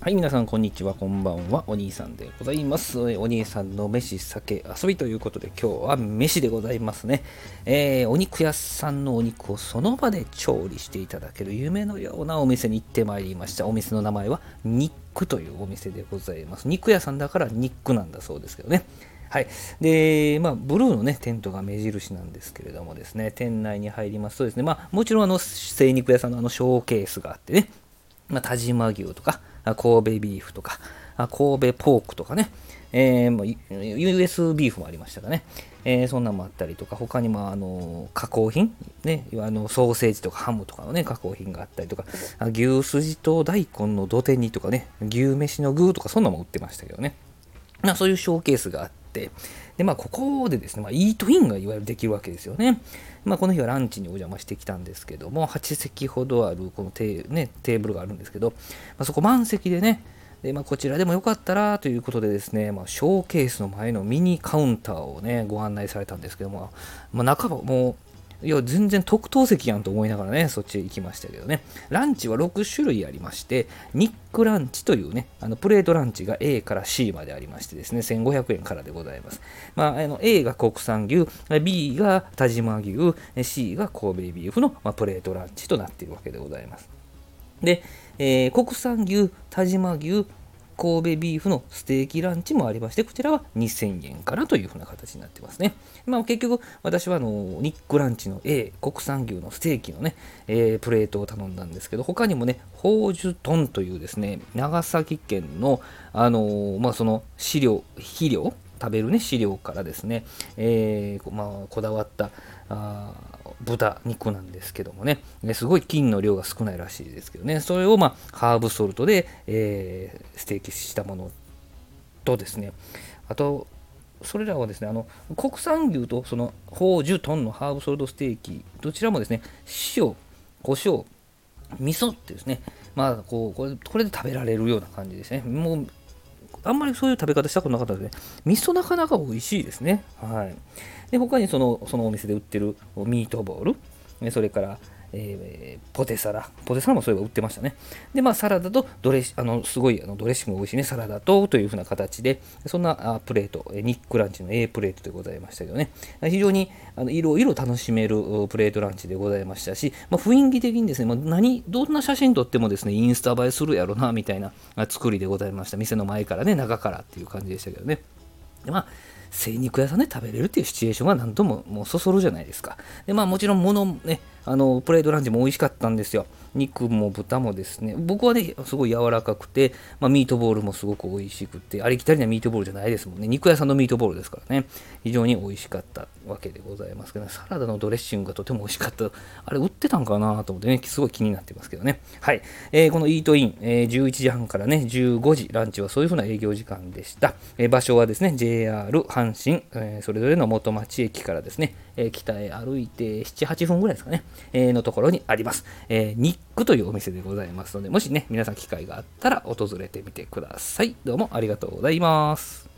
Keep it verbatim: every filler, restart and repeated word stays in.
はい、皆さん、こんにちは。こんばんは。お兄さんでございます。お兄さんの飯、酒、遊びということで、今日は飯でございますね。えー、お肉屋さんのお肉をその場で調理していただける夢のようなお店に行ってまいりました。お店の名前は、ニックというお店でございます。肉屋さんだからニックなんだそうですけどね。はい。で、まあ、ブルーのね、テントが目印なんですけれどもですね、店内に入りますとですね、まあ、もちろんあの、精肉屋さんのあの、ショーケースがあってね、まあ、但馬牛とか、神戸ビーフとか、神戸ポークとかね、えー、ユーエス ビーフもありましたかね、えー、そんなのもあったりとか、他にもあの加工品、ね、あのソーセージとかハムとかのね、加工品があったりとか、牛すじと大根の土手煮とかね、牛飯の具とか、そんなのも売ってましたけどね。まあ、そういうショーケースがあって、で、まあ、ここでですね、まあ、イートインがいわゆるできるわけですよね。まあ、この日はランチにお邪魔してきたんですけども、はち席ほどあるこのテー、ね、テーブルがあるんですけど、まあ、そこ満席でね、でまあ、こちらでもよかったらということでですね、まあ、ショーケースの前のミニカウンターをね、ご案内されたんですけども、まあ、中はもう、いや、全然特等席やんと思いながらね、そっちへ行きましたけどね。ランチはろく種類ありまして、ニックランチというね、あのプレートランチが エー から シー までありましてですね、せんごひゃくえんからでございます。まあ、あの エー が国産牛、ビー が但馬牛、シー が神戸ビーフの、まあ、プレートランチとなっているわけでございます。で、えー国産牛、但馬牛、神戸ビーフのステーキランチもありまして、こちらはにせんえんからというふうな形になってますね。まあ、結局、私はあのニックランチの A、国産牛のステーキのね、えープレートを頼んだんですけど、他にもね、宝珠豚というですね、長崎県の、あのーまあ、その飼料、肥料、食べるね、飼料からですね、えーまあ、こだわったあ豚肉なんですけどもね、すごい菌の量が少ないらしいですけどね、それを、まあ、ハーブソルトで、えーステーキしたものとですね、あと、それらはですね、あの国産牛とその宝珠豚のハーブソルトステーキ、どちらもですね、塩、胡椒、味噌ってですね、まあこうこれ、これで食べられるような感じですね。もうあんまりそういう食べ方したことなかったので、味噌なかなか美味しいですね。はい。で、他にそのそのお店で売ってるミートボール、ねそれから、えーポテサラ、ポテサラもそういえば売ってましたね。で、まあ、サラダとドレッシあのすごいあのドレッシングが美味しいね、サラダとというふうな形で、そんなあプレート、ニックランチの A プレートでございましたけどね、非常にあのいろいろ楽しめるプレートランチでございましたし、まあ、雰囲気的にですね、まあ、何、どんな写真撮ってもですね、インスタ映えするやろな、みたいな作りでございました。店の前からね、中からっていう感じでしたけどね。でまあ、精肉屋さんで食べれるっていうシチュエーションは何とももうそそるじゃないですか。で、まあもちろん物ね、あの、プレートランチも美味しかったんですよ。肉も豚もですね、僕はね、すごい柔らかくて、まあ、ミートボールもすごく美味しくて、ありきたりなミートボールじゃないですもんね。肉屋さんのミートボールですからね。非常に美味しかったわけでございますけど、ね、サラダのドレッシングがとても美味しかった。あれ売ってたんかなと思ってね、すごい気になってますけどね。はい。えーこのイートイン、えーじゅういちじはんからね、じゅうごじ、ランチはそういう風な営業時間でした。えー場所はですね、ジェイアール、阪神、えーそれぞれの元町駅からですね、えー北へ歩いてなな、はっぷんぐらいですかね、えーのところにあります。えーニックというお店でございますので、もしね、皆さん機会があったら訪れてみてください。どうもありがとうございます。